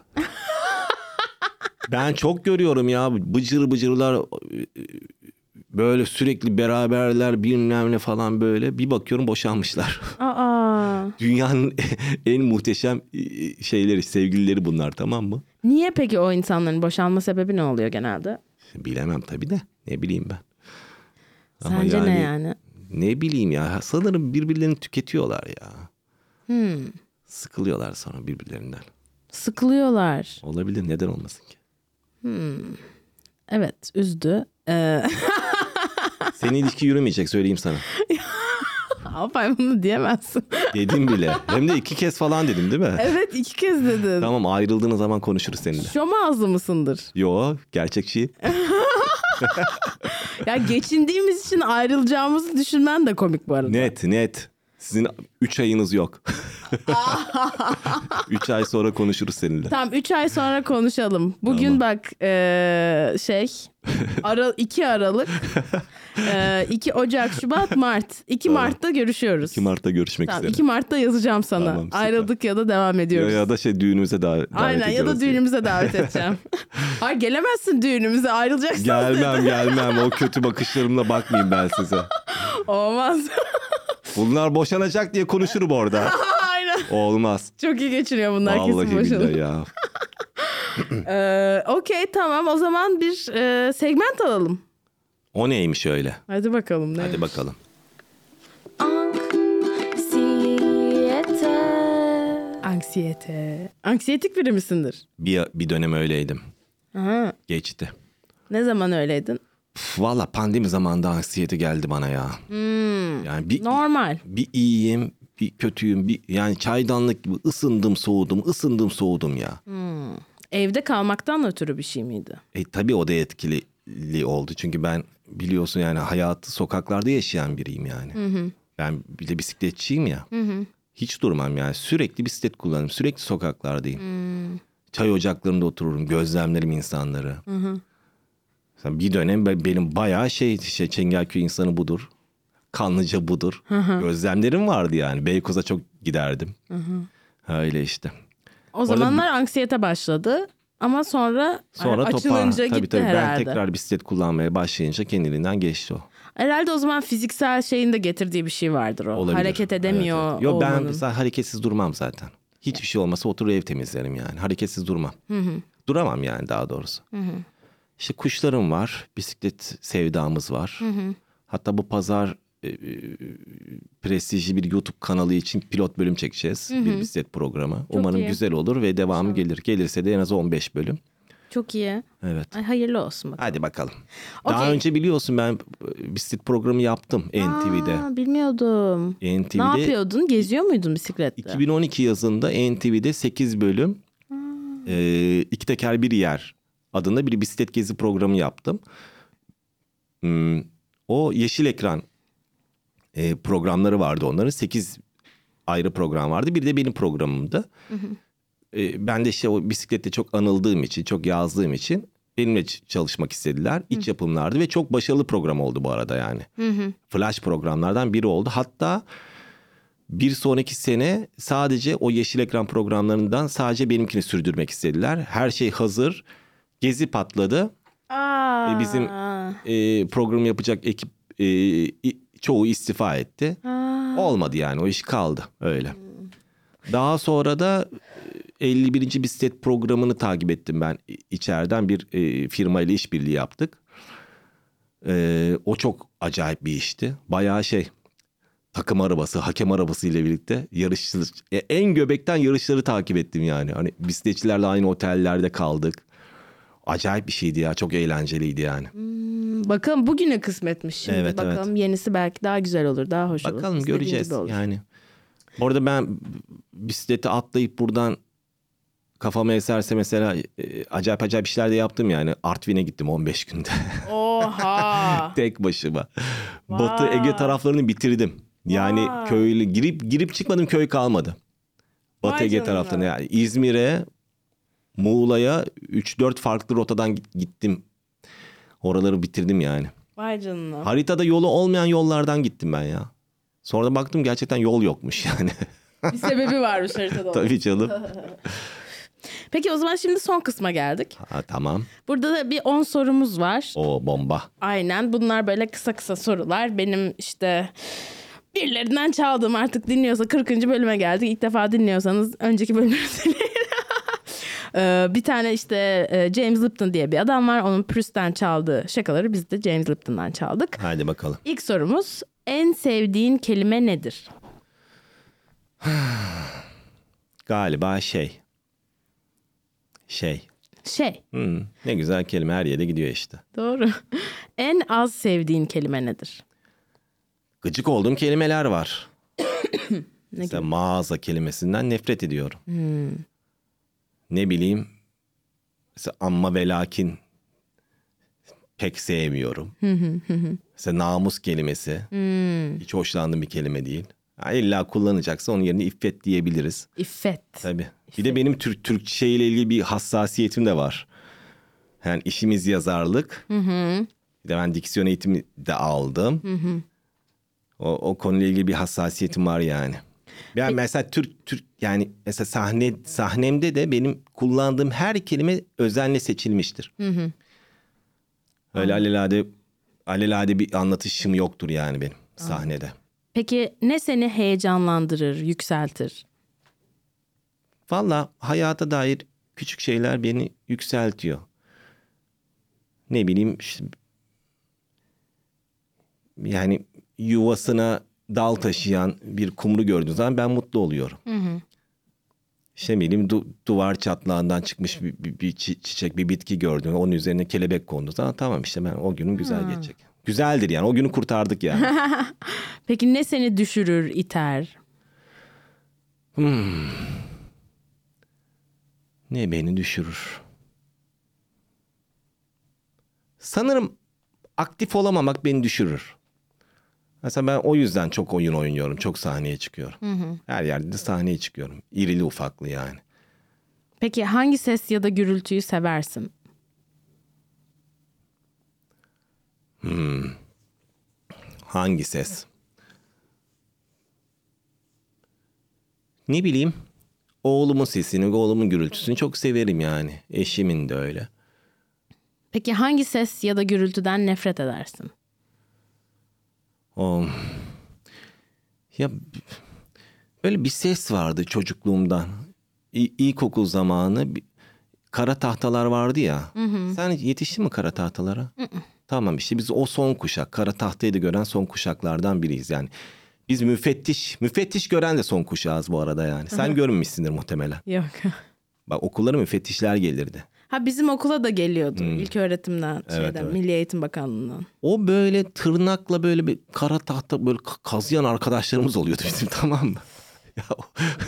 Ben çok görüyorum ya, bıcır bıcırlar böyle sürekli beraberler bilmem ne falan, böyle bir bakıyorum boşanmışlar. Aa. Dünyanın en muhteşem şeyleri, sevgilileri bunlar, tamam mı? Niye peki o insanların boşanma sebebi ne oluyor genelde? Bilemem tabii de, ne bileyim ben. Ama Sence yani, ne yani? Ne bileyim ya, sanırım birbirlerini tüketiyorlar ya. Hmm. Sıkılıyorlar sonra birbirlerinden. Sıkılıyorlar. Olabilir, neden olmasın ki? Hmm. Evet, üzdü. Ee... Senin ilişki yürümeyecek, söyleyeyim sana. Alpay bunu diyemezsin. Dedim bile. Hem de iki kez falan dedim değil mi? Evet, iki kez dedin. Tamam, ayrıldığınız zaman konuşuruz seninle. Şom ağzı mısındır? Yo, gerçekçi. Ya geçindiğimiz için ayrılacağımızı düşünmen de komik bu arada. Net net. Sizin üç ayınız yok. Üç ay sonra konuşuruz seninle. Tamam, üç ay sonra konuşalım. Bugün tamam. bak ee, şey Ara, iki Aralık, ee, iki Ocak, Şubat, Mart. iki tamam. Mart'ta görüşüyoruz. iki Mart'ta görüşmek tamam, üzere. iki Mart'ta yazacağım sana. Tamam, ayrıldık ya da devam ediyoruz. Ya, ya da şey düğünümüze davet, davet Aynen, ya da düğünümüze davet edeceğim. Hayır, gelemezsin düğünümüze, ayrılacaksın. Gelmem gelmem, o kötü bakışlarımla bakmayayım ben size. Olmaz. Bunlar boşanacak diye konuşurum orada. Aynen. Olmaz. Çok iyi geçiniyor bunlar. Vallahi kesin boşanır. billahi ya. ee, Okey, tamam, o zaman bir e, segment alalım. O neymiş öyle? Hadi bakalım. Neymiş? Hadi bakalım. Anksiyete. Anksiyete. Anksiyetik biri misindir? Bir, bir dönem öyleydim. Aha. Geçti. Ne zaman öyleydin? Pf, valla pandemi zamanında anksiyete geldi bana ya. Hmm. Yani bir, normal. Bir iyiyim, bir kötüyüm. Bir, yani çaydanlık gibi ısındım soğudum, ısındım soğudum ya. Hmm. Evde kalmaktan ötürü bir şey miydi? E tabii o da etkili oldu. Çünkü ben biliyorsun yani hayatı sokaklarda yaşayan biriyim yani. Hı hı. Ben bir de bisikletçiyim ya. Hı hı. Hiç durmam yani. Sürekli bisiklet kullanırım. Sürekli sokaklardayım. Hmm. Çay ocaklarında otururum. Gözlemlerim insanları. Hı hı. Bir dönem benim bayağı şey, şey Çengelköy insanı budur. Kanlıca budur. Hı hı. Gözlemlerim vardı yani. Beykoz'a çok giderdim. Hı hı. Öyle işte. O Orada zamanlar bir... anksiyete başladı. Ama sonra, sonra yani açılınca topa, gitti tabii, tabii. herhalde. Ben tekrar bisiklet kullanmaya başlayınca kendiliğinden geçti o. Herhalde o zaman fiziksel şeyin de getirdiği bir şey vardır o. Olabilir. Hareket edemiyor evet, evet. Yo, olmanın. Ben mesela hareketsiz durmam zaten. Hiçbir şey olmasa oturur ev temizlerim yani. Hareketsiz durmam. Hı hı. Duramam yani daha doğrusu. Hı hı. İşte kuşlarım var. Bisiklet sevdamız var. Hı hı. Hatta bu pazar e, e, prestijli bir YouTube kanalı için pilot bölüm çekeceğiz. Hı hı. Bir bisiklet programı. Çok Umarım iyi. Güzel olur ve devamı İnşallah. Gelir. Gelirse de en az on beş bölüm. Çok iyi. Evet. Ay, hayırlı olsun bakalım. Hadi bakalım. Okay. Daha önce biliyorsun ben bisiklet programı yaptım N T V'de. Aa, bilmiyordum. N T V'de, ne yapıyordun? Geziyor muydun bisikletle? iki bin on iki yazında N T V'de sekiz bölüm e, iki teker bir yer adında bir bisiklet gezi programı yaptım. Hmm, o yeşil ekran e, programları vardı onların. sekiz ayrı program vardı. Bir de benim programımdı. Hı hı. E, ben de işte o bisiklette çok anıldığım için, çok yazdığım için benimle çalışmak istediler. İç hı. yapımlardı ve çok başarılı program oldu bu arada yani. Hı hı. Flash programlardan biri oldu. Hatta bir sonraki sene sadece o yeşil ekran programlarından sadece benimkini sürdürmek istediler. Her şey hazır. Gezi patladı. Aa. E, bizim e, program yapacak ekip e, çoğu istifa etti. Aa. Olmadı yani, o iş kaldı öyle. Hmm. Daha sonra da elli birinci bisiklet programını takip ettim ben içeriden, bir e, firma ile işbirliği yaptık. E, o çok acayip bir işti. Bayağı şey, takım arabası, hakem arabası ile birlikte yarış, e, en göbekten yarışları takip ettim yani. Hani bisikletçilerle aynı otellerde kaldık. Acayip bir şeydi ya, çok eğlenceliydi yani. Hmm, bakalım bugüne kısmetmiş şimdi. Evet, bakalım evet. Yenisi belki daha güzel olur, daha hoş bakalım, olur. Bakalım göreceğiz yani. Orada ben bisikleti atlayıp buradan kafama eserse mesela e, acayip acayip işler de yaptım yani. Artvin'e gittim on beş günde. Oha. Tek başıma. Vay. Batı Ege taraflarını bitirdim. Yani Vay. köylü girip girip çıkmadım, köy kalmadı. Batı Vay Ege taraflarına yani İzmir'e, Muğla'ya üç dört farklı rotadan gittim. Oraları bitirdim yani. Vay canına. Haritada yolu olmayan yollardan gittim ben ya. Sonra da baktım gerçekten yol yokmuş yani. Bir sebebi varmış haritada. Tabii canım. Peki o zaman şimdi son kısma geldik. Ha, tamam. Burada da bir on sorumuz var. O bomba. Aynen, bunlar böyle kısa kısa sorular. Benim işte birilerinden çaldığım, artık dinliyorsa kırkıncı bölüme geldik. İlk defa dinliyorsanız önceki bölümleri dinleyin. Ee, bir tane işte e, James Lipton diye bir adam var. Onun Proust'ten çaldığı şakaları biz de James Lipton'dan çaldık. Hadi bakalım. İlk sorumuz, en sevdiğin kelime nedir? Galiba şey. Şey. Şey. Hmm, ne güzel kelime, her yere gidiyor işte. Doğru. En az sevdiğin kelime nedir? Gıcık olduğum kelimeler var. Ne Mesela gibi? mağaza kelimesinden nefret ediyorum. Hmm. Ne bileyim. Mesela amma ve lakin pek sevmiyorum. Mesela namus kelimesi. Hmm. Hiç hoşlandığım bir kelime değil. Ya illa kullanacaksa onun yerine iffet diyebiliriz. İffet. Tabii. Bir de benim Türk Türkçe ile ilgili bir hassasiyetim de var. Yani işimiz yazarlık. Hı hı. Bir de ben diksiyon eğitimi de aldım. Hı hı. O, o konuyla ilgili bir hassasiyetim var yani. Ben Peki. mesela Türk Türk yani mesela sahne sahnemde de benim kullandığım her kelime özenle seçilmiştir. Hı hı. Öyle alelade alelade bir anlatışım yoktur yani benim sahnede. Peki ne seni heyecanlandırır, yükseltir? Vallahi hayata dair küçük şeyler beni yükseltiyor. Ne bileyim işte, yani yuvasına dal taşıyan bir kumru gördüğüm zaman ben mutlu oluyorum. Hı hı. İşte benim du- duvar çatlağından çıkmış bir, bir, bir çi- çiçek, bir bitki gördüm. Onun üzerine kelebek kondu zaman tamam işte ben o günüm güzel Hmm. geçecek. Güzeldir yani, o günü kurtardık yani. Peki ne seni düşürür, iter? Hmm. Ne beni düşürür? Sanırım aktif olamamak beni düşürür. Mesela ben o yüzden çok oyun oynuyorum. Çok sahneye çıkıyorum. Hı hı. Her yerde de sahneye çıkıyorum. İrili ufaklı yani. Peki hangi ses ya da gürültüyü seversin? Hmm. Hangi ses? Ne bileyim. Oğlumun sesini, oğlumun gürültüsünü çok severim yani. Eşimin de öyle. Peki hangi ses ya da gürültüden nefret edersin? O... Ya böyle bir ses vardı çocukluğumdan. İ- İlkokul zamanı bir... kara tahtalar vardı ya. Hı hı. Sen yetiştin mi kara tahtalara? Hı hı. Tamam işte biz o son kuşak. Kara tahtayı da gören son kuşaklardan biriyiz yani. Biz müfettiş, müfettiş gören de son kuşağız bu arada yani. Sen görmemişsindir muhtemelen. Yok. Bak okullara müfettişler gelirdi. Ha bizim okula da geliyordu. Hmm. İlk öğretimden, Evet, şeyden, evet. Milli Eğitim Bakanlığı'ndan. O böyle tırnakla böyle bir kara tahta böyle ka- kazıyan arkadaşlarımız oluyordu bizim, tamam mı? Ya o,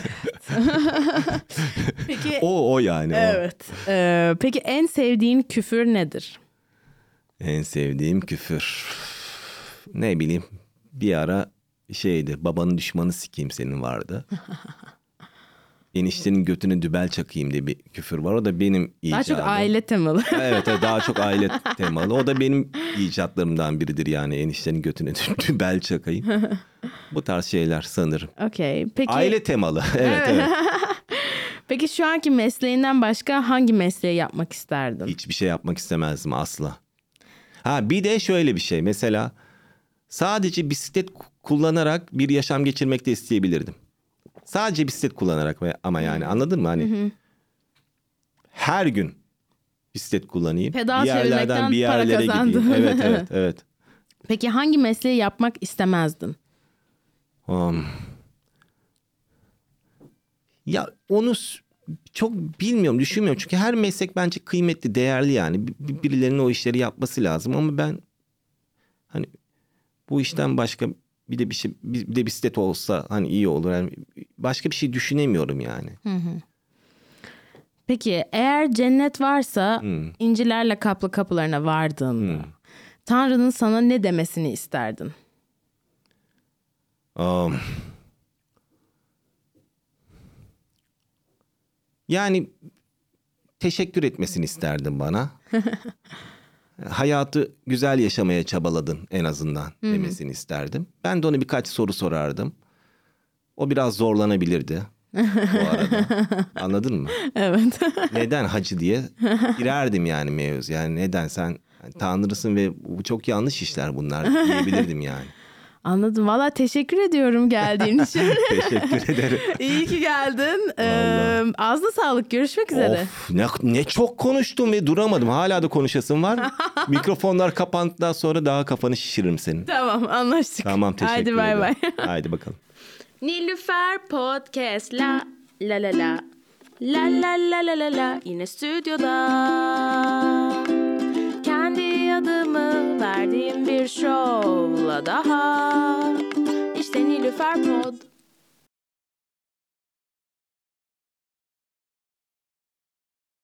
Peki o, o yani. O. evet. Ee, peki en sevdiğin küfür nedir? En sevdiğim küfür. Ne bileyim, bir ara şeydi, babanın düşmanı sikeyim senin vardı. Eniştenin götüne dübel çakayım diye bir küfür var. O da benim Daha icadım. çok aile temalı. Evet, evet, daha çok aile temalı. O da benim icatlarımdan biridir yani, eniştenin götüne dübel çakayım. Bu tarz şeyler sanırım. Okey. Peki, Aile temalı. Evet, evet. peki şu anki mesleğinden başka hangi mesleği yapmak isterdin? Hiçbir şey yapmak istemezdim asla. Ha bir de şöyle bir şey. Mesela sadece bisiklet kullanarak bir yaşam geçirmek de isteyebilirdim. Sadece bisiklet kullanarak ama yani anladın mı? Hani her gün bisiklet kullanayım. Pedal bir yerlerden çevirmekten bir yerlere para kazandın. gideyim. Evet, evet, evet. Peki hangi mesleği yapmak istemezdin? Um, ya onu s- çok bilmiyorum, düşünmüyorum. Çünkü her meslek bence kıymetli, değerli yani. Bir- Birilerinin o işleri yapması lazım ama ben hani bu işten başka bir de bir şey, bir de bisiklet olsa hani iyi olur. Yani başka bir şey düşünemiyorum yani. Hı hı. Peki eğer cennet varsa Hmm. incilerle kaplı kapılarına vardığında Hmm. Tanrı'nın sana ne demesini isterdin? Um, yani teşekkür etmesini isterdim bana. Hayatı güzel yaşamaya çabaladın en azından demesini isterdim. Ben de ona birkaç soru sorardım. O biraz zorlanabilirdi bu arada. Anladın mı? Evet. Neden hacı diye girerdim yani mevzu. Yani neden sen Tanrısın ve bu çok yanlış işler bunlar diyebilirdim yani. Anladım. Valla teşekkür ediyorum geldiğin için. Teşekkür ederim. İyi ki geldin. Ee, Vallahi. Ee, ağzına sağlık. Görüşmek üzere. Of, ne, ne çok konuştum ve duramadım. Hala da konuşasım var. Mikrofonlar kapandıktan sonra daha kafanı şişiririm senin. Tamam, anlaştık. Tamam, teşekkür Haydi ederim. bay bay. Haydi bakalım. Nilüfer Podcast la la la la la la la la la la yine stüdyoda kendi adımı verdiğim bir şovla daha işte Nilüfer Pod.